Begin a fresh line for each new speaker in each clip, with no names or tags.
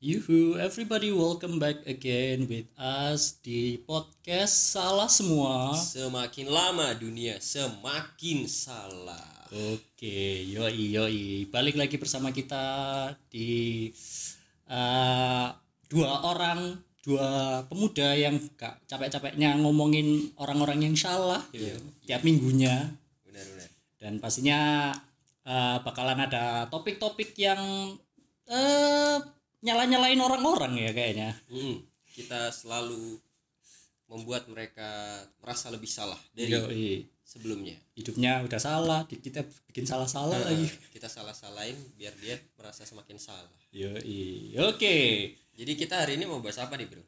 Yuhu, everybody welcome back again with us di podcast Salah Semua.
Semakin lama dunia semakin salah.
Oke, yoi. Balik lagi bersama kita di dua pemuda yang gak capek-capeknya ngomongin orang-orang yang salah gitu, tiap minggunya.
Benar.
Dan pastinya bakalan ada topik-topik yang nyala-nyalain orang-orang ya kayaknya.
Kita selalu membuat mereka merasa lebih salah dari sebelumnya.
Hidupnya udah salah, kita bikin salah-salah lagi.
Kita salah-salahin biar dia merasa semakin salah.
Oke.
Jadi kita hari ini mau bahas apa nih, bro?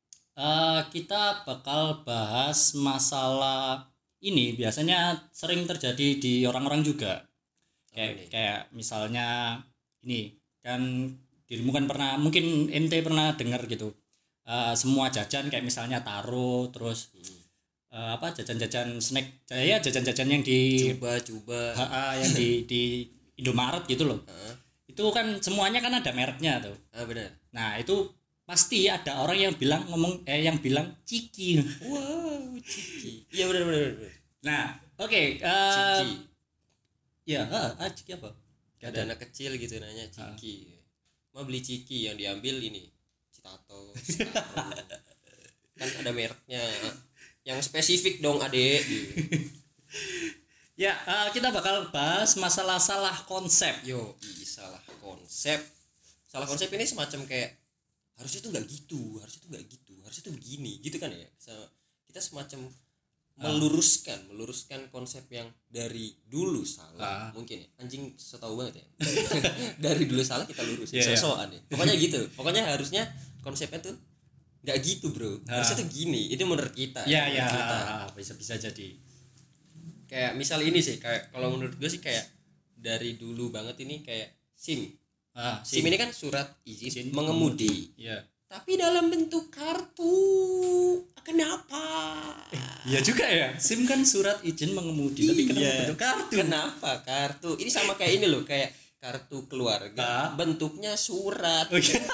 Kita bakal bahas masalah ini biasanya sering terjadi di orang-orang juga. Kayak misalnya ini kan dirimu kan pernah, mungkin ente pernah dengar gitu, semua jajan kayak misalnya taro terus jajan-jajan snack, jajan-jajan yang di
coba
yang di Indomaret gitu loh. Itu kan semuanya kan ada mereknya tuh.
Benar.
Nah itu pasti ada orang yang bilang bilang ciki.
Wow, ciki. Iya benar.
Nah oke,
ciki.
Ya, ciki apa?
Ada anak kecil gitu nanya ciki. Mau beli ciki, yang diambil ini Citato, Starro. Kan ada mereknya yang spesifik dong adek gitu.
Ya, kita bakal bahas masalah salah konsep.
Salah konsep. Salah konsep ini semacam kayak harusnya tuh nggak gitu, harusnya tuh begini gitu kan ya. Kita semacam meluruskan konsep yang dari dulu salah. Mungkin ya, anjing setahu banget ya. Dari dulu salah kita lurus. Sosokan ya. Pokoknya gitu. Pokoknya harusnya konsepnya tuh nggak gitu, bro. Harusnya tuh gini. Itu menurut kita.
Bisa jadi.
Kayak misal ini sih, kayak kalau menurut gue sih kayak dari dulu banget ini kayak SIM. SIM ini kan surat izin mengemudi. Tapi dalam bentuk kartu. Kenapa?
Iya juga ya. SIM kan surat izin mengemudi, tapi kenapa bentuk kartu?
Kenapa kartu? Ini sama kayak ini loh, kayak kartu keluarga. Bentuknya surat.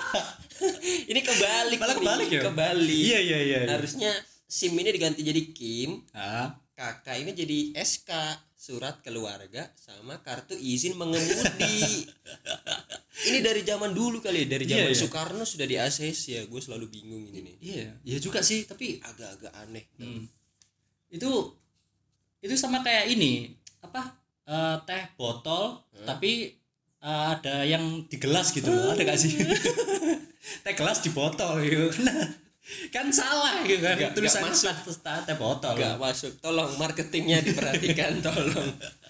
Ini kebalik.
Malah kebalik ya?
Kebalik.
Iya.
Harusnya SIM ini diganti jadi KIM. Kakak ini jadi SK, surat keluarga sama kartu izin mengemudi. Ini dari zaman dulu kali ya, dari zaman Soekarno sudah di ACC ya. Gue selalu bingung ini nih.
Iya juga sih, tapi
agak-agak aneh.
Itu sama kayak ini teh botol tapi ada yang di gelas gitu loh. Ada gak sih? Teh gelas di botol gitu. Kan salah gitu kan. Tulisan teh botol.
Gak masuk. Tolong marketingnya diperhatikan. Tolong.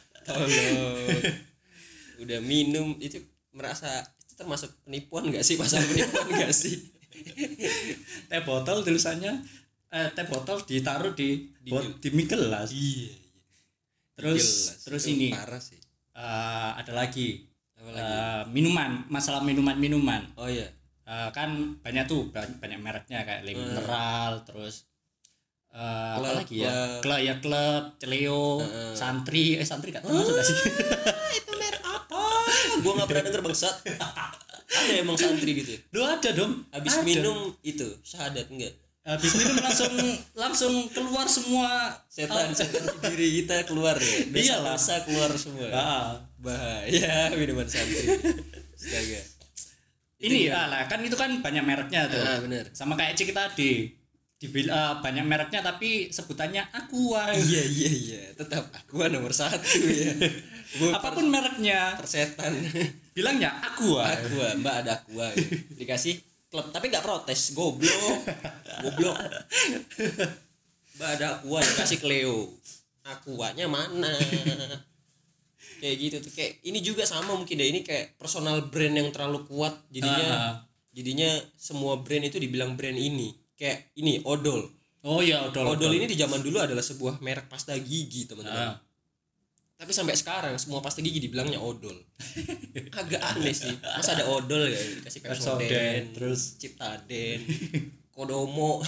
Udah minum itu merasa itu termasuk penipuan gak sih? Pasal penipuan gak sih?
Teh botol tulisannya teh botol ditaruh di mie gelas.
Iya.
Terus ini
parah sih.
Ada lagi. Masalah minuman.
Oh iya.
Kan banyak mereknya kayak mineral, terus apa lagi ya? Klub, Celeo, Santri gak tahu masuk gak sih?
Itu merek apa? Gua enggak pernah denger bangsat. Ada emang Santri gitu ya?
Ada dong.
Habis minum itu syahadat enggak?
Habis minum langsung keluar semua
setan di diri kita keluar ya. Dosa keluar semua. Bahaya minuman Santri. Astaga.
Ini kan itu kan banyak mereknya tuh.
Bener.
Sama kayak Ciki tadi. Banyak mereknya tapi sebutannya Aqua.
Iya. Tetap Aqua nomor 1 ya.
Apapun mereknya.
Persetan.
Bilangnya Aqua.
Mbak ada Aqua. Ya. Dikasih klub tapi enggak protes. Goblok. Mbak ada Aqua dikasih Cleo. Aquanya mana? Kayak gitu tuh, kayak ini juga sama mungkin deh, ini kayak personal brand yang terlalu kuat jadinya semua brand itu dibilang brand ini. Kayak ini odol.
Oh iya, odol
ini di zaman dulu adalah sebuah merek pasta gigi, teman-teman. Tapi sampai sekarang semua pasta gigi dibilangnya odol. Agak aneh sih. Masa ada odol ya dikasih Pepsodent, terus Ciptaden, Kodomo.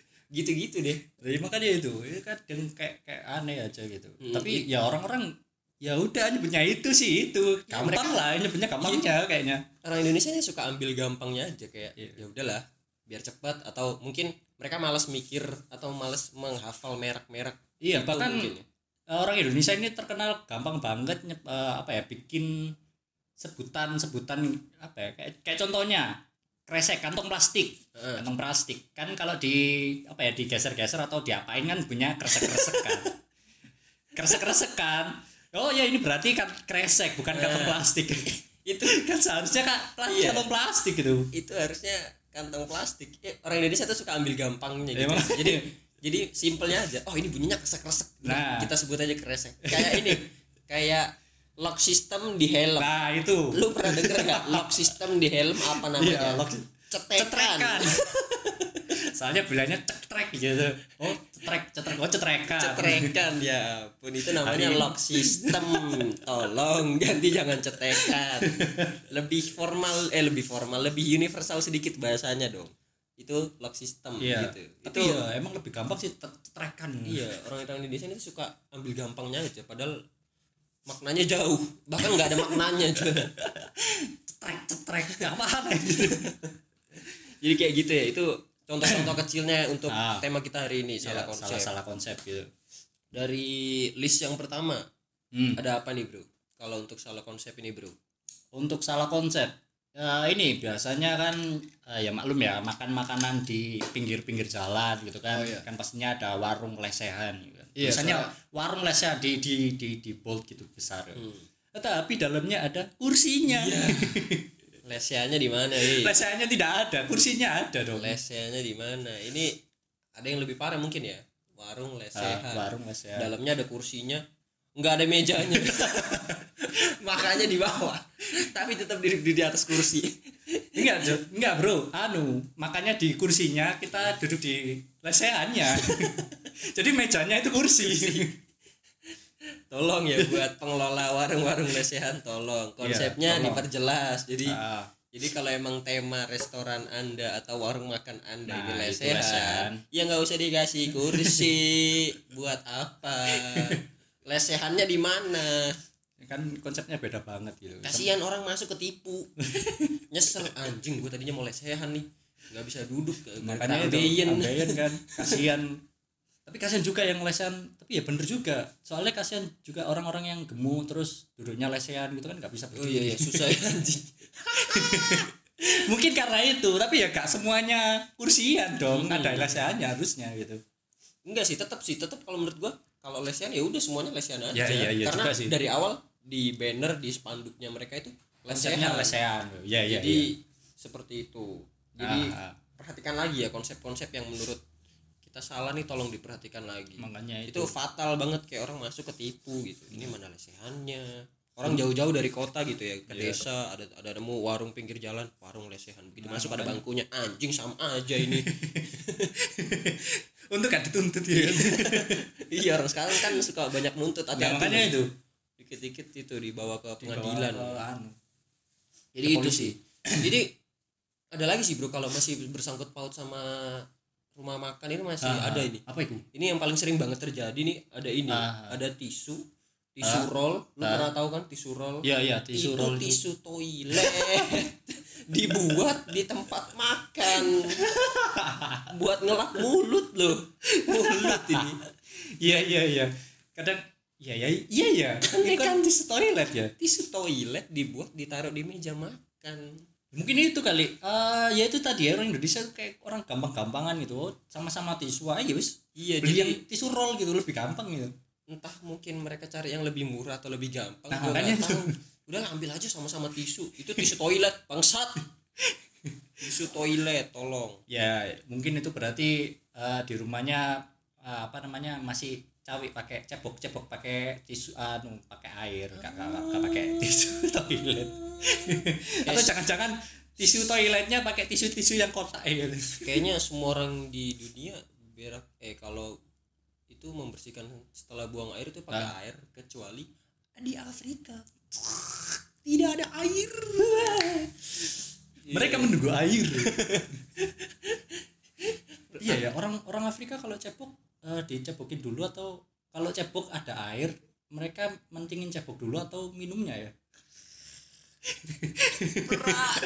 Gitu-gitu deh.
Jadi makanya itu kadang kayak aneh aja gitu. Tapi ya orang-orang ya udah nyebutnya itu sih itu
Ya,
gampang lah nyebutnya gampangnya kayaknya.
Orang Indonesia ini suka ambil gampangnya aja kayak ya udahlah biar cepat, atau mungkin mereka malas mikir atau malas menghafal merek-merek.
Iya,
Itu
bahkan
mungkin ya.
orang Indonesia ini terkenal gampang banget bikin sebutan apa ya kayak contohnya kresek kantong plastik. Kantong plastik kan kalau digeser-geser atau diapain kan punya kresek-kresek kan. Kresek-kresek kan. Oh ya ini berarti kan kresek bukan kantong plastik.
Itu
kan seharusnya kantong plastik gitu.
Itu harusnya kantong plastik. Orang Indonesia tuh suka ambil gampangnya gitu.
Emang?
Jadi simpelnya aja. Oh ini bunyinya kresek-kresek.
Nah,
kita sebut aja kresek. Kayak ini, kayak lock system di helm.
nah itu.
Lu pernah denger nggak lock system di helm apa namanya?
Iya,
Cetekan.
Soalnya bilangnya cetrek gitu. Oh, cetrekan.
Cetrekan ya pun itu namanya lock system. Tolong ganti jangan cetekan. Lebih formal, lebih universal sedikit bahasanya dong. Itu lock system gitu.
Tapi
Itu
ya emang lebih gampang sih cetrekan.
iya, orang Indonesia itu suka ambil gampangnya aja padahal maknanya jauh, bahkan nggak ada maknanya juga.
Cetrek apaan aja.
Jadi kayak gitu ya, itu contoh-contoh kecilnya untuk tema kita hari ini,
salah konsep gitu.
Dari list yang pertama ada apa nih bro? Kalau untuk salah konsep ini bro?
Untuk salah konsep ini biasanya kan ya maklum ya makan makanan di pinggir-pinggir jalan gitu kan. Kan pastinya ada warung lesehan gitu.
Iya,
biasanya warung lesehan di bold gitu besar. Tapi dalamnya ada kursinya.
Iya. Lesehannya di mana?
Lesehannya tidak ada, kursinya ada dong.
Lesehannya di mana? Ini ada yang lebih parah mungkin ya. Warung lesehan.
Warung lesehan.
Dalamnya ada kursinya, nggak ada mejanya. Makanya di bawah. Tapi tetap di atas kursi.
Enggak bro. Makanya di kursinya kita duduk di lesehannya. Jadi mejanya itu kursi.
Tolong ya buat pengelola warung-warung lesehan, tolong konsepnya diperjelas. Jadi kalau emang tema restoran Anda atau warung makan Anda ini lesehan, ya nggak usah dikasih kursi. Buat apa? Lesehannya di mana?
Kan konsepnya beda banget gitu.
Kasihan orang masuk ketipu. Nyesel anjing, gue tadinya mau lesehan nih, nggak bisa duduk.
Makanya itu ambeien kan. Kasihan. Tapi kasihan juga yang lesehan, tapi ya bener juga. Soalnya kasihan juga orang-orang yang gemuk terus duduknya lesehan gitu kan nggak bisa berdiri.
Oh iya susah ya anjing.
Mungkin karena itu, tapi ya gak semuanya kursian dong, ada lesehannya harusnya gitu.
Enggak sih, tetap kalau menurut gua kalau lesehan ya udah semuanya lesehan aja.
Ya,
karena
sih.
Dari awal di banner di spanduknya mereka itu
lesehan.
Jadi seperti itu. Jadi perhatikan lagi ya konsep-konsep yang menurut kita salah nih, tolong diperhatikan lagi.
Makanya
itu fatal banget, kayak orang masuk ketipu gitu. Ini mana lesehannya? Orang jauh-jauh dari kota gitu ya ke desa, ada nemu warung pinggir jalan, warung lesehan. Begitu masuk ada bangkunya, anjing sama aja ini.
Untuk gak dituntut ya.
Iya, orang sekarang kan suka banyak nuntut.
Makanya itu
dikit-dikit itu dibawa ke pengadilan. Jadi
itu
sih. Jadi ada lagi sih bro, kalau masih bersangkut paut sama rumah makan ini masih ada ini.
Apa itu?
Ini yang paling sering banget terjadi nih, ada ini. Ada tisu roll. Lu pernah tahu kan tisu roll?
Iya, tisu roll.
Tisu toilet. Dibuat di tempat makan. Buat ngelap mulut loh. Mulut ini.
Iya. Kadang iya. Ini kan tisu toilet ya.
Tisu toilet dibuat ditaruh di meja makan.
Mungkin itu kali. Ya itu tadi ya, orang Indonesia kayak orang gampang-gampangan gitu. Sama-sama tisu aja wis.
Iya,
beli
jadi
yang tisu roll gitu lebih gampang gitu.
Entah mungkin mereka cari yang lebih murah atau lebih gampang.
Nah, makanya itu.
Udahlah ambil aja sama-sama tisu. Itu tisu toilet, bangsat. Tisu toilet, tolong.
Ya, mungkin itu berarti di rumahnya masih cawi pakai cebok pakai tisu pakai air, enggak pakai tisu toilet. Atau jangan-jangan tisu toiletnya pakai tisu yang kotak gitu.
Kayaknya semua orang di dunia kalau itu membersihkan setelah buang air itu pakai air, kecuali di Afrika tidak ada air.
Mereka menunggu air. Iya ya, orang Afrika kalau cebok dicebokin dulu, atau kalau cebok ada air mereka mentingin cebok dulu atau minumnya ya?
berat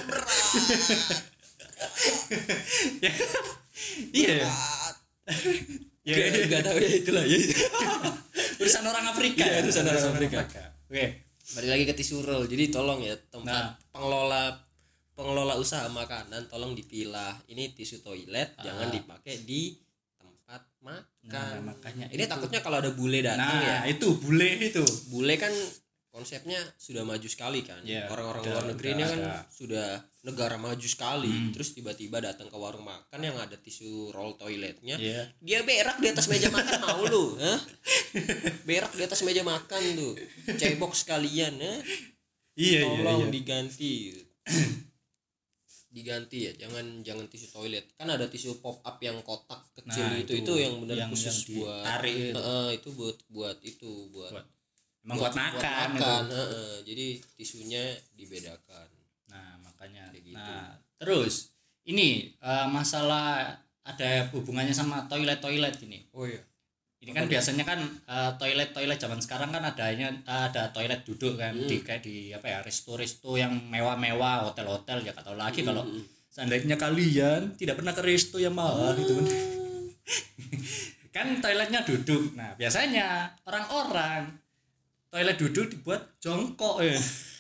Ya. Iya.
Ya enggak tahu ya itulah ya.
Urusan orang Afrika.
Iya, urusan orang Afrika.
Oke.
Balik lagi ke tisu roll. Jadi tolong ya tempat pengelola usaha makanan tolong dipilah. Ini tisu toilet jangan dipakai di tempat makan.
Nah, makanya
ini
itu.
takutnya kalau ada bule datang ya.
Nah, itu bule itu.
Bule kan konsepnya sudah maju sekali kan. Orang-orang luar negeri ini kan sudah negara maju sekali. Terus tiba-tiba datang ke warung makan yang ada tisu roll toiletnya. Dia berak di atas meja makan mau lu, hah? Berak di atas meja makan tuh. Cebok sekalian, ya. Tolong diganti. Diganti ya, jangan tisu toilet. Kan ada tisu pop up yang kotak kecil itu yang benar khusus buat tarik. Itu buat
Emang buat makan.
Jadi tisunya dibedakan.
Nah, makanya gitu. Nah, terus ini masalah ada hubungannya sama toilet ini.
Oh iya.
Ini kan biasanya kan toilet zaman sekarang kan ada toilet duduk kan kayak di resto yang mewah-mewah, hotel-hotel ya kata lagi kalau seandainya kalian tidak pernah ke resto yang mahal gitu kan. Kan toiletnya duduk. Nah, biasanya orang-orang toilet duduk dibuat jongkok ya.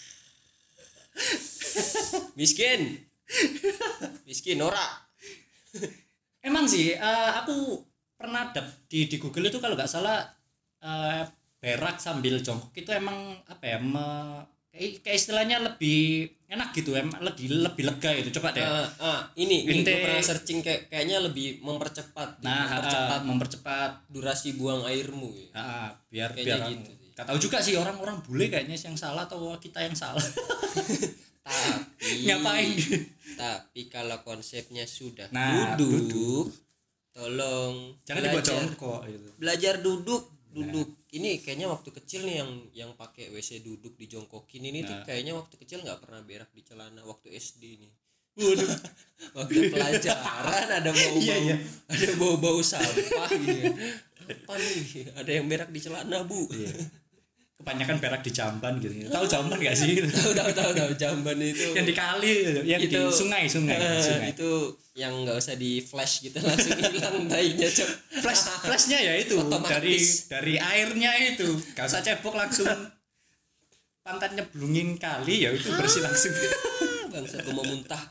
Miskin ora.
Emang sih aku pernah di Google itu kalau nggak salah berak sambil jongkok itu emang kayak istilahnya lebih enak gitu, lebih lega itu. Coba deh.
Ini gue pernah searching kayaknya lebih mempercepat durasi buang airmu ya.
Biar
gitu.
Gak tahu juga sih orang-orang bule kayaknya yang salah atau kita yang salah.
Tapi
ngapain?
Tapi kalau konsepnya sudah
duduk,
tolong
jangan dibuat jongkok gitu.
Belajar duduk. Ini kayaknya waktu kecil nih yang pakai WC duduk dijongkokin ini tuh kayaknya waktu kecil nggak pernah berak di celana waktu SD nih. Waduh. Waktu pelajaran ada bau sampah gitu. Apa nih? Ada yang berak di celana, Bu.
Iya. Kebanyakan berak di jamban gitu. Tahu jamban enggak sih?
Tahu jamban itu.
Yang di kali, yang itu, di sungai.
Itu yang enggak usah di flash gitu langsung hilang tainya, Cok.
Flashnya ya itu dari airnya itu. Enggak usah cebok langsung pantatnya blungin kali ya itu bersih langsung.
Bangsat gue mau muntah.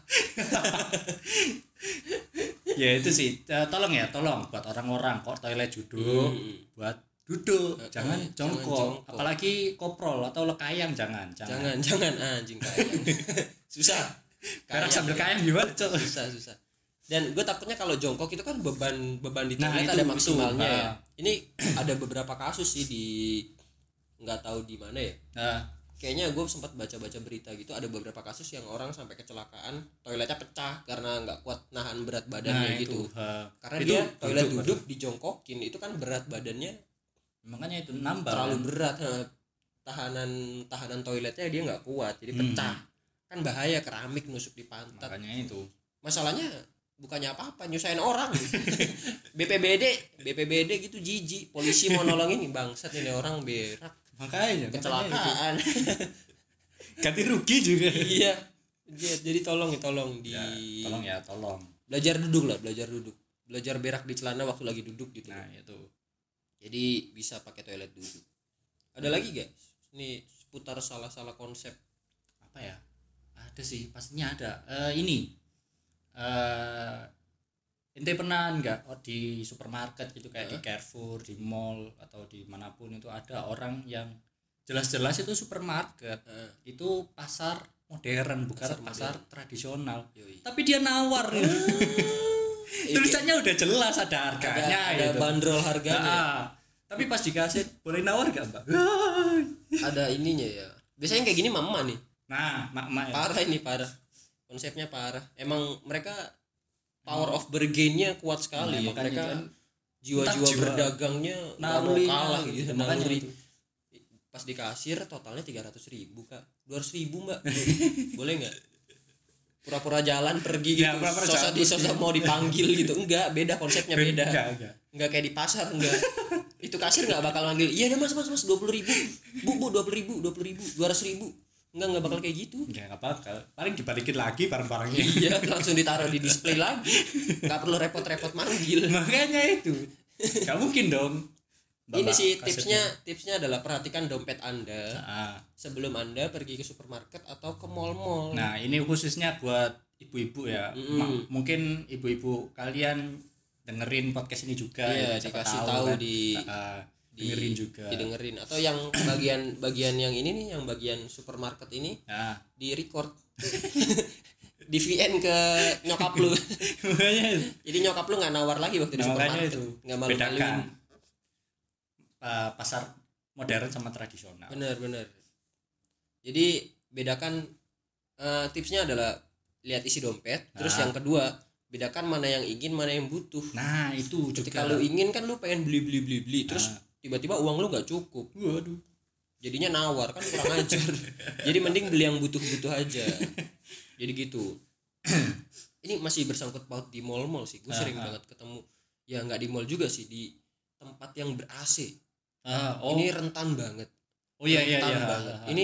Ya itu sih, tolong buat orang-orang kok toilet duduk, buat duduk, jangan jongkok. Apalagi koprol atau lekayang jangan
anjing kayang. Susah.
Berak sambil kayang gimana, Cok?
Susah. Dan gue takutnya kalau jongkok itu kan beban di toilet ada maksimalnya ya. Ini ada beberapa kasus sih di nggak tahu di mana ya. Kayaknya gue sempat baca-baca berita gitu, ada beberapa kasus yang orang sampai kecelakaan toiletnya pecah karena nggak kuat nahan berat badannya gitu. Karena dia toilet duduk dijongkokin, itu kan berat badannya
makanya itu nambah
terlalu berat. Tahanan toiletnya dia nggak kuat, jadi pecah. Kan bahaya, keramik nusuk di pantat.
Makanya itu.
Masalahnya bukannya apa-apa, nyusahin orang. BPBD gitu jijik. Polisi mau nolongin, bangsat ini orang berak.
Makanya
kecelakaan.
Ganti rugi juga.
Iya. Jadi tolong.
Tolong.
Belajar duduk. Belajar berak di celana waktu lagi duduk gitu.
Nah, itu.
Jadi bisa pakai toilet duduk. Ada lagi guys? Ini seputar salah konsep.
Apa ya? Ada sih, pastinya ada. Ente pernah enggak di supermarket gitu kayak di Carrefour, di mall atau di manapun itu ada orang yang jelas-jelas itu supermarket, itu pasar modern bukan pasar tradisional. Tapi dia nawar. Tulisannya udah jelas ada harganya,
ada gitu. Bandrol harganya.
Tapi pas dikasih boleh nawar enggak, Mbak?
Ada ininya ya. Biasanya kayak gini mama nih.
Nah, mak-mak
ya. Parah. Konsepnya parah. Emang mereka power of bargain-nya kuat sekali ya. Mereka kan, jiwa-jiwa berdagangnya nggak mau kalah gitu. Pas di kasir totalnya 300.000 Kak. 200.000 Mbak. Boleh nggak? Pura-pura jalan pergi gitu. Sosok mau dipanggil gitu. Enggak, beda konsepnya beda. Enggak kayak di pasar enggak. Itu kasir nggak bakal manggil, iya deh mas 20.000, bu 20.000, 200.000, nggak bakal kayak gitu.
Nggak bakal, paling dibalikin lagi barang-barangnya.
Iya, langsung ditaruh di display lagi, nggak perlu repot-repot manggil.
Makanya itu nggak mungkin dong.
Ini sih tipsnya adalah perhatikan dompet Anda sebelum Anda pergi ke supermarket atau ke mall-mall.
Nah ini khususnya buat ibu-ibu ya. Mungkin ibu-ibu kalian dengerin podcast ini juga,
iya,
ya,
dikasih tahu
kan. Dengerin juga,
didengerin. Atau yang bagian yang ini nih, yang bagian supermarket ini di record di VN ke nyokap lu. Jadi nyokap lu nggak nawar lagi waktu di supermarket, nggak malu-maluin.
Pasar modern sama tradisional.
Bener. Jadi bedakan, tipsnya adalah lihat isi dompet. Terus yang kedua, bedakan mana yang ingin, mana yang butuh.
Nah itu
ketika lu ingin kan lu pengen beli terus tiba-tiba uang lu nggak cukup, waduh, jadinya nawar kan kurang ajar. Jadi mending beli yang butuh-butuh aja. Jadi gitu. Ini masih bersangkut paut di mall-mall sih, gue sering banget ketemu, ya nggak di mall juga sih, di tempat yang ber AC. Ini rentan banget. Rentan banget. Ini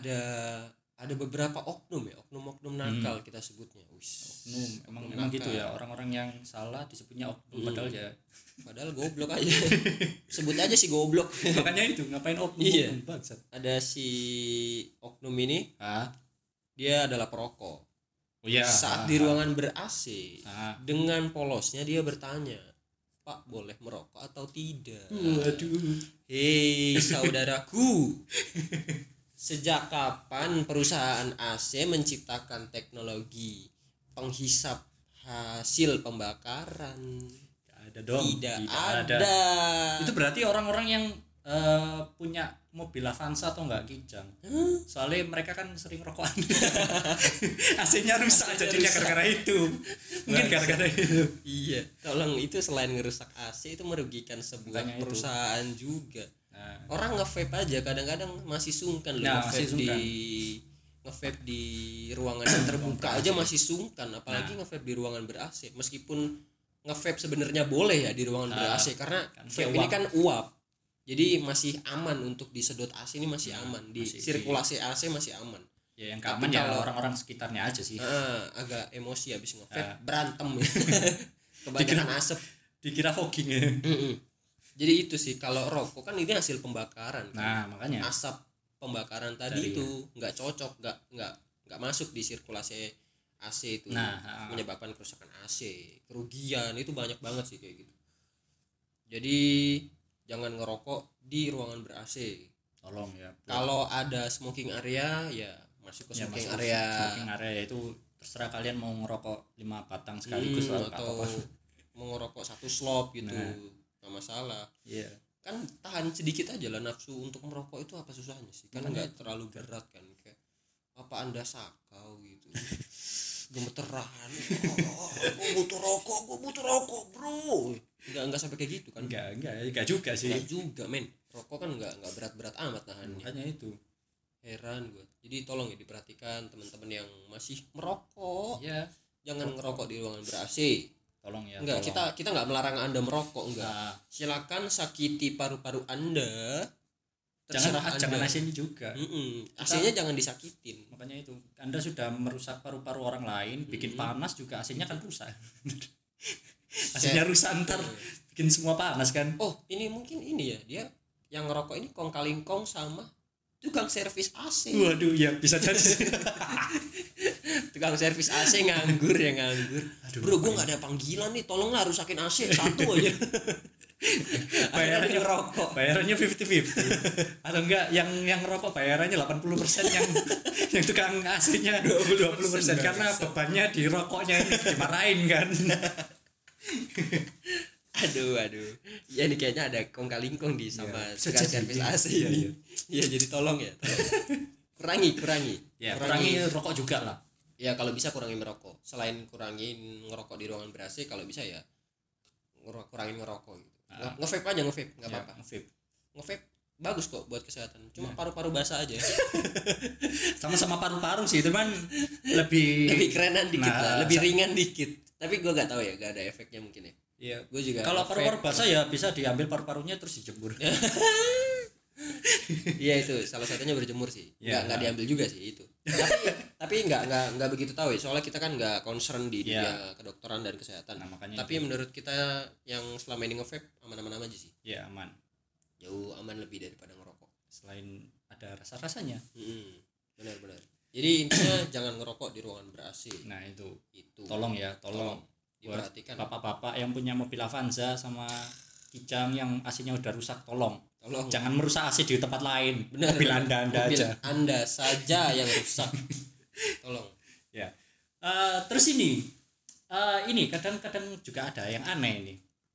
ada beberapa oknum nakal, kita sebutnya.
Oknum emang gitu ya, orang-orang yang salah disebutnya oknum, padahal goblok aja. Sebut aja sih goblok. Makanya itu ngapain oknum?
Iya. Ada si oknum ini, dia adalah perokok. Saat di ruangan ber-AC, dengan polosnya dia bertanya, Pak, boleh merokok atau tidak?
Waduh.
Hei saudaraku, sejak kapan perusahaan AC menciptakan teknologi penghisap hasil pembakaran?
Ada dong.
Tidak ada.
Itu berarti orang-orang yang punya mobil Avanza atau enggak Kijang. Soalnya mereka kan sering rokokan. AC-nya rusak jadinya gara-gara itu. Mungkin gara-gara itu.
Iya, tolong, itu selain ngerusak AC itu merugikan sebuah perusahaan juga. Orang nge-vape aja kadang-kadang masih sungkan loh, nge-vape di ruangan yang terbuka aja masih sungkan, apalagi nge-vape di ruangan ber-AC. Meskipun nge-vape sebenarnya boleh ya di ruangan ber-AC karena vape ini kan uap. Jadi masih aman untuk disedot AC, ini masih aman, di sirkulasi AC masih aman.
Ya yang aman ya orang-orang sekitarnya aja sih.
Agak emosi habis nge-vape, berantem. Kebanyakan asap.
Dikira fogging ya.
Jadi itu sih, kalau rokok kan ini hasil pembakaran.
Nah, makanya
asap pembakaran tadi itu nggak cocok, nggak masuk di sirkulasi AC itu. Menyebabkan kerusakan AC, kerugian itu banyak banget sih kayak gitu. Jadi jangan ngerokok di ruangan ber-AC.
Tolong ya.
Kalau ada smoking area ya masuk ke smoking area.
Smoking area itu terserah kalian mau ngerokok 5 batang sekaligus
atau mau ngerokok 1 slop gitu. Nggak masalah.
Iya.
Kan tahan sedikit aja lah nafsu untuk merokok, itu apa susahnya sih? Kan nggak terlalu berat kan, kayak apa Anda sakau gitu. Gemeteran. Gue butuh rokok, bro. Enggak sampai kayak gitu kan?
Enggak juga sih.
Enggak juga, men. Rokok kan enggak berat-berat amat nahannya.
Makanya itu.
Heran gue. Jadi tolong ya diperhatikan teman-teman yang masih merokok.
Iya.
Jangan ngerokok di ruangan ber-AC.
Tolong ya.
Enggak, kita enggak melarang Anda merokok, enggak. Silakan sakiti paru-paru Anda.
Jangan AC-nya juga.
AC-nya jangan disakitin.
Makanya itu. Anda sudah merusak paru-paru orang lain, bikin panas juga AC-nya kan rusak. AC-nya rusak ntar bikin semua panas kan.
Oh, ini mungkin ini ya, dia yang ngerokok ini kong kaling kong sama tukang servis AC.
Waduh, ya bisa jadi.
Tukang servis AC nganggur. Aduh, bro, gue nggak ada panggilan nih, tolonglah rusakin AC 1 aja.
Bayarannya rokok. Bayarannya 50-50. Atau enggak yang rokok bayarannya 80%, yang tukang AC-nya 20% karena bebannya di rokoknya ini dimarahin kan.
Aduh. Ya ini kayaknya ada kong kalingkong di sama tukang servis AC ini. Iya, jadi tolong ya. Kurangi.
Ya, kurangi rokok juga lah.
Ya kalau bisa kurangi merokok. Selain kurangin ngerokok di ruangan ber-AC, kalau bisa ya kurangin ngerokok gitu. Nge-vape aja, enggak apa-apa. Nge-vape bagus kok buat kesehatan. Cuma paru-paru basah aja.
Sama-sama paru-paru sih, cuman lebih
kerenan dikit lah, lebih ringan dikit. Tapi gue gak tahu ya, gak ada efeknya mungkin ya.
Iya.
Gue juga
kalau paru-paru basah ya bisa diambil paru-parunya terus dijemur.
Iya itu salah satunya berjemur sih.
Ya,
Nggak diambil juga sih itu. Tapi nggak begitu tahu ya. Soalnya kita kan nggak concern di dunia kedokteran dan kesehatan.
Nah, makanya
tapi menurut kita yang selama ini nge-vape aman-aman aja sih.
Iya aman.
Jauh aman lebih daripada ngerokok.
Selain ada rasa-rasanya.
Benar-benar. Jadi intinya jangan ngerokok di ruangan ber-AC.
Nah itu. Tolong
diperhatikan.
Bapak-bapak yang punya mobil Avanza sama Kijang yang AC-nya udah rusak, tolong. Jangan merusak AC di tempat lain.
Benar,
mobil Anda
mobil
aja.
Anda saja yang rusak. Tolong.
Ya. Terus ini kadang-kadang juga ada yang aneh ini.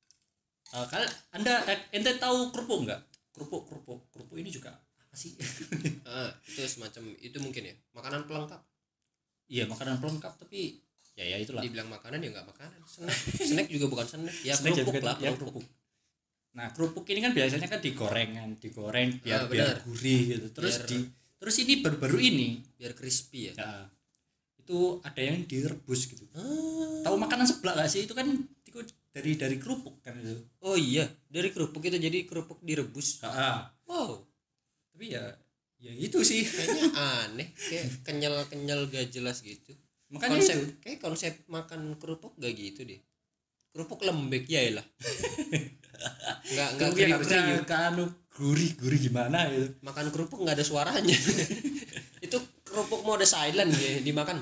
Ente tahu kerupuk nggak? Kerupuk ini juga apa sih?
Itu semacam itu mungkin ya makanan pelengkap.
Iya makanan pelengkap tapi ya itulah.
Dibilang makanan ya nggak makanan. Snack juga bukan snack. Ya kerupuk lah. Kerupuk.
Nah kerupuk ini kan biasanya kan digoreng biar gurih gitu. Terus ini baru-baru ini
biar crispy ya.
Itu ada yang direbus gitu. Tahu makanan seblak nggak sih? Itu kan dari kerupuk kan itu.
Oh iya dari kerupuk itu jadi kerupuk direbus. Wow.
Tapi ya itu sih
kayaknya aneh kayak kenyal gak jelas gitu.
Makanya
konsep makan kerupuk gak gitu deh. Kerupuk lembek ya lah. Enggak kriuk
kan gurih gimana gitu.
Makan kerupuk enggak ada suaranya. Itu kerupuk mode silent ya, dimakan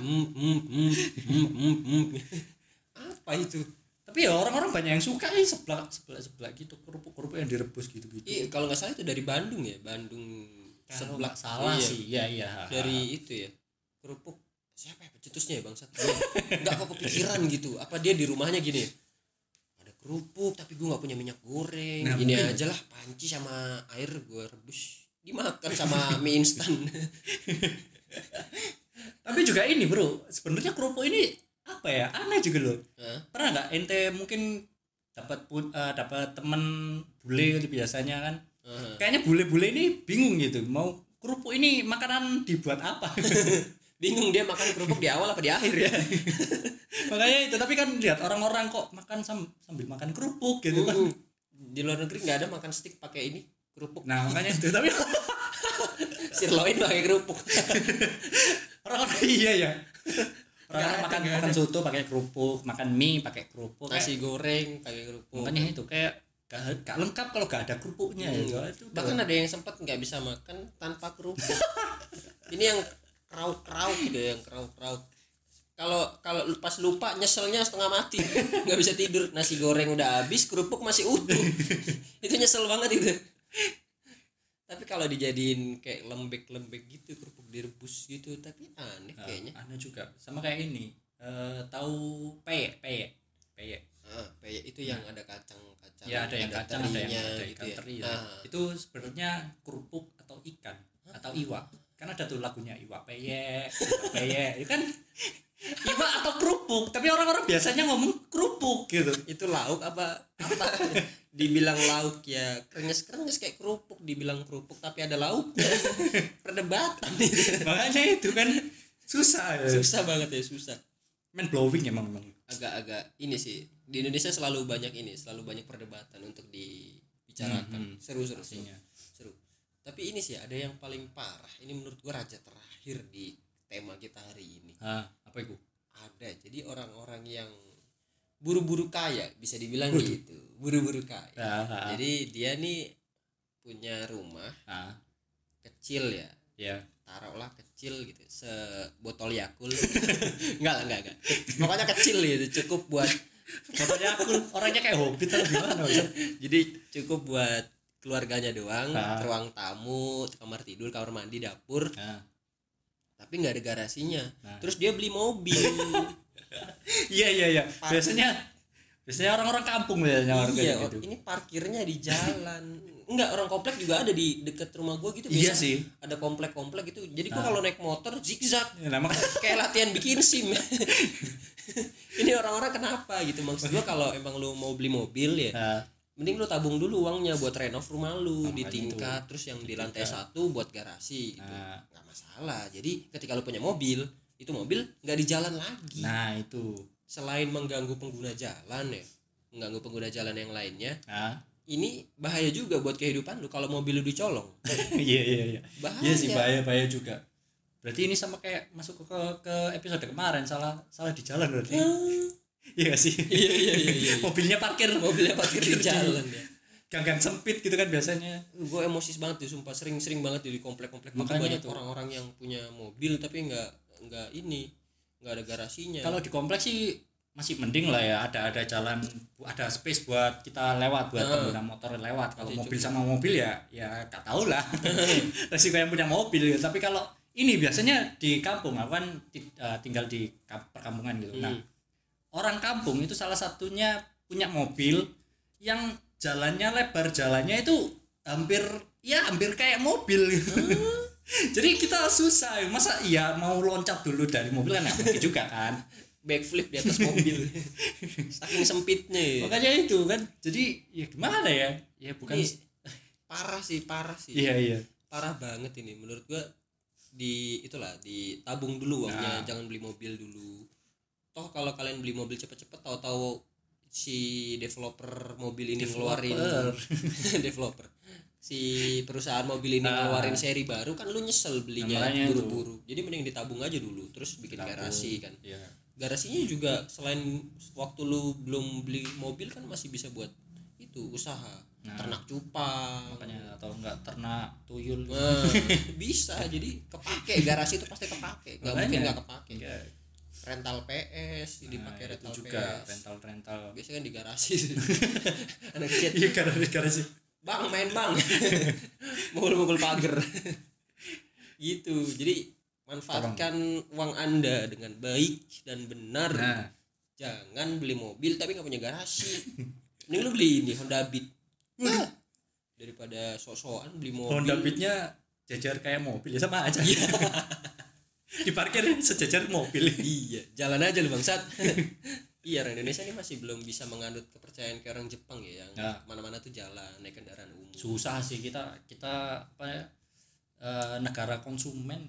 apa itu?
Tapi ya orang-orang banyak yang suka seblak gitu, kerupuk yang direbus gitu.
Iya, kalau nggak salah itu dari Bandung ya, Bandung seblak
salah sih. Iya.
Dari itu ya. Kerupuk siapa ya pencetusnya ya bangsat? Enggak kok kepikiran gitu. Apa dia di rumahnya gini? Ada kerupuk tapi gue nggak punya minyak goreng. Nah, gini aja lah, panci sama air gue rebus, dimakan sama mie instan.
Tapi juga ini bro, sebenarnya kerupuk ini apa ya, aneh juga loh. Pernah nggak ente mungkin dapat teman bule gitu biasanya kan? Kayaknya bule-bule ini bingung gitu, mau kerupuk ini makanan dibuat apa?
Bingung dia makan kerupuk di awal apa di akhir ya.
Makanya itu, tapi kan lihat orang-orang kok makan sambil makan kerupuk gitu kan.
Di luar negeri nggak ada makan stick pakai ini kerupuk.
Nah makanya itu, tapi
sirloin pakai kerupuk.
Orang-orang iya ya. Orang makan soto pakai kerupuk, makan mie pakai kerupuk,
nasi goreng pakai kerupuk.
Makanya itu kayak gak lengkap kalau gak ada kerupuknya ya.
Bahkan ada yang sempat nggak bisa makan tanpa kerupuk. Ini yang krauk gitu, yang krauk. Kalau pas lupa nyeselnya setengah mati, nggak bisa tidur. Nasi goreng udah habis, kerupuk masih utuh. Itu nyesel banget itu. Tapi kalau dijadiin kayak lembek gitu, kerupuk direbus gitu, tapi aneh kayaknya.
Aneh juga. Sama kayak ini. Tahu peyek.
Peyek itu yang ada kacang.
Ya ada yang kacang, ada yang
gitu
ikan teri ya. Itu sebenarnya kerupuk atau ikan atau iwak. Kan ada tuh lagunya iwak peyek. Itu kan iwak atau kerupuk, tapi orang-orang biasanya ngomong kerupuk gitu.
Itu lauk apa? Dibilang lauk ya krenyes kayak kerupuk, dibilang kerupuk tapi ada lauk. Perdebatan.
Makanya itu kan susah
banget ya, susah.
Mind blowing emang.
Agak ini sih. Di Indonesia selalu banyak perdebatan untuk dibicarakan. Seru. Tapi ini sih ada yang paling parah. Ini menurut gua raja terakhir di tema kita hari ini.
Apa itu?
Ada. Jadi orang-orang yang buru-buru kaya, bisa dibilang gitu. Buru-buru kaya. Jadi dia nih punya rumah kecil ya.
Iya.
Taruhlah kecil gitu, sebotol Yakult. enggak. Pokoknya kecil gitu, cukup buat
botol Yakult. Orangnya kayak hobbit atau gimana?
Jadi cukup buat keluarganya doang, ruang tamu, kamar tidur, kamar mandi, dapur. Tapi nggak ada garasinya. Terus dia beli mobil.
Iya. Biasanya orang-orang kampung biasanya
gitu. Ini parkirnya di jalan. Enggak, orang komplek juga ada di dekat rumah gua gitu.
Iya sih.
Ada komplek gitu. Jadi gua kalau naik motor zigzag. Kayak latihan bikin SIM. Ini orang-orang kenapa gitu? Maksud gua kalau emang lu mau beli mobil ya, mending lu tabung dulu uangnya buat renov rumah lu di tingkat, terus yang di lantai 1 buat garasi gitu. Nggak masalah. Jadi ketika lu punya mobil, itu mobil nggak di jalan lagi.
Nah itu
selain mengganggu pengguna jalan ya, mengganggu pengguna jalan yang lainnya.
Ini
bahaya juga buat kehidupan lu kalau mobil lu dicolong.
Iya.
Bahaya.
Iya sih, bahaya juga. Berarti ini sama kayak masuk ke episode kemarin, salah di jalan berarti. Iya sih.
Iya.
Mobilnya parkir
di jalan ya.
Gang-gang sempit gitu kan biasanya.
Gue emosi banget tuh, sumpah sering banget di komplek-komplek gitu banyak orang-orang yang punya mobil tapi nggak ada garasinya.
Kalau di kompleks sih masih mending lah ya, ada jalan, ada space buat kita lewat, buat pengguna motor lewat. Kalau mobil sama mobil ya nggak tahu lah. Resiko yang punya mobil ya. Tapi kalau ini biasanya di kampung, aku kan tinggal di perkampungan gitu. Nah, orang kampung itu salah satunya punya mobil yang jalannya lebar, jalannya itu hampir kayak mobil gitu. Jadi kita susah, masa iya mau loncat dulu dari mobil kan nggak mungkin juga kan.
Backflip di atas mobil. Saking sempitnya ya.
Makanya itu kan, jadi ya gimana ya? Ya bukan
ini parah sih.
Iya.
Parah banget ini menurut gua. Ditabung dulu uangnya, jangan beli mobil dulu. Toh kalau kalian beli mobil cepet-cepet, tahu-tahu si developer mobil ini ngeluarin developer si perusahaan mobil ini ngeluarin seri baru, kan lu nyesel belinya buru-buru. Jadi mending ditabung aja dulu, terus bikin garasi kan. Garasinya juga selain waktu lu belum beli mobil kan masih bisa buat itu usaha, ternak cupang
makanya, atau enggak ternak tuyul.
Bisa jadi kepake, garasi itu pasti kepake, nggak mungkin nggak kepake. Rental PS dipakai, rental
juga,
PS
rental
biasanya kan di garasi. Anak kecil
di garasi,
bang main bang, mukul pagar gitu. Jadi manfaatkan uang Anda dengan baik dan benar. Jangan beli mobil tapi nggak punya garasi. Mending lu beli ini Honda Beat daripada sok-sokan beli mobil.
Honda Beat-nya jajar kayak mobil ya, sama aja. Diparkir sejajar mobil.
Iya, jalan aja lu bangsat. Iya, orang Indonesia ini masih belum bisa menganut kepercayaan kayak orang Jepang ya, yang mana-mana tuh jalan naik kendaraan umum.
Susah sih, kita apa ya, negara konsumen.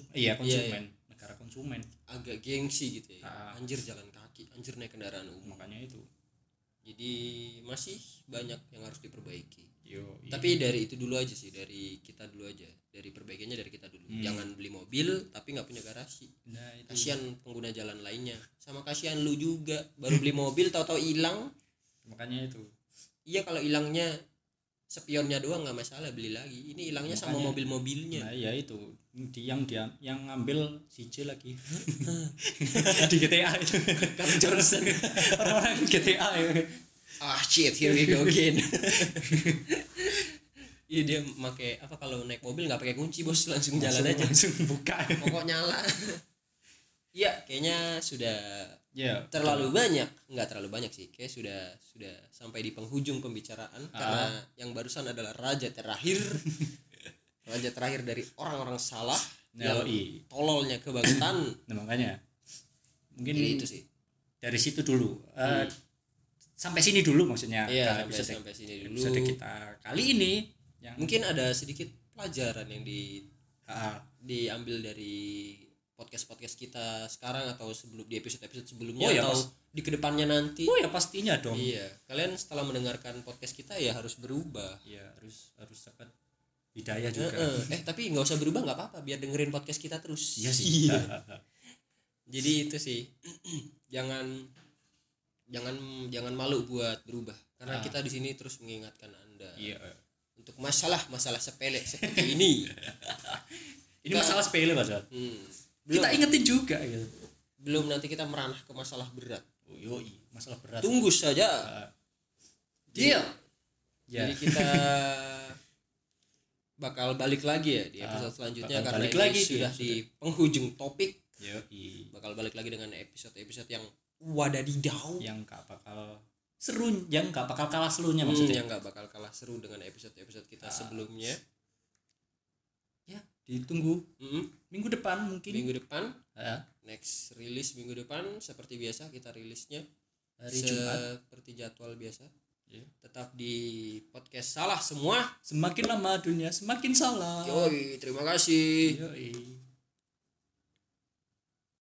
Negara konsumen.
Agak gengsi gitu ya. Anjir jalan kaki, anjir naik kendaraan umum.
Makanya itu.
Jadi masih banyak yang harus diperbaiki.
Iya.
Tapi dari itu dulu aja sih, dari kita dulu aja, dari perbaikannya dari kita dulu. Jangan beli mobil tapi nggak punya garasi. Kasihan pengguna jalan lainnya, sama kasihan lu juga baru beli mobil tahu-tahu hilang.
Makanya itu.
Iya, kalau hilangnya spionnya doang nggak masalah, beli lagi. Ini hilangnya sama mobil-mobilnya.
Nah iya itu, yang ngambil si J lagi di GTA itu.
Carl Johnson.
Orang-orang GTA ya.
Shit, here we go again. Iya, dia pakai apa, kalau naik mobil nggak pakai kunci bos, langsung jalan aja,
langsung buka,
pokok nyala. Iya, kayaknya sudah terlalu banyak, nggak terlalu banyak sih, kayak sudah sampai di penghujung pembicaraan. Karena yang barusan adalah raja terakhir dari orang-orang salah yang tololnya kebangetan.
Nah, makanya mungkin
jadi itu sih,
dari situ dulu. Sampai sini dulu maksudnya.
Iya, sampai sini dulu
episode kita kali ini. Yang
mungkin ada sedikit pelajaran yang diambil dari podcast kita sekarang, atau di episode sebelumnya, atau di kedepannya nanti.
Oh ya, pastinya dong.
Iya, kalian setelah mendengarkan podcast kita ya harus berubah.
Iya, harus dapat hidayah juga.
Tapi nggak usah berubah, nggak apa-apa, biar dengerin podcast kita terus.
Iya sih.
Jadi itu sih, jangan malu buat berubah, karena kita di sini terus mengingatkan Anda untuk masalah sepele seperti ini.
Ini masalah sepele Pak. Kita ingetin juga gitu.
Belum nanti kita meranah ke masalah berat.
Masalah berat.
Tunggu saja. Jadi kita bakal balik lagi ya di episode selanjutnya, karena ini sudah di penghujung topik. Bakal balik lagi dengan episode yang wadadidau,
yang gak bakal seru, yang gak bakal kalah serunya maksudnya.
Yang gak bakal kalah seru dengan episode kita sebelumnya.
Ya, ditunggu minggu depan mungkin.
Minggu depan next release minggu depan seperti biasa, kita rilisnya
hari Jumat
seperti jadwal biasa. Tetap di podcast Salah Semua.
Semakin lama dunia semakin salah.
Terima kasih.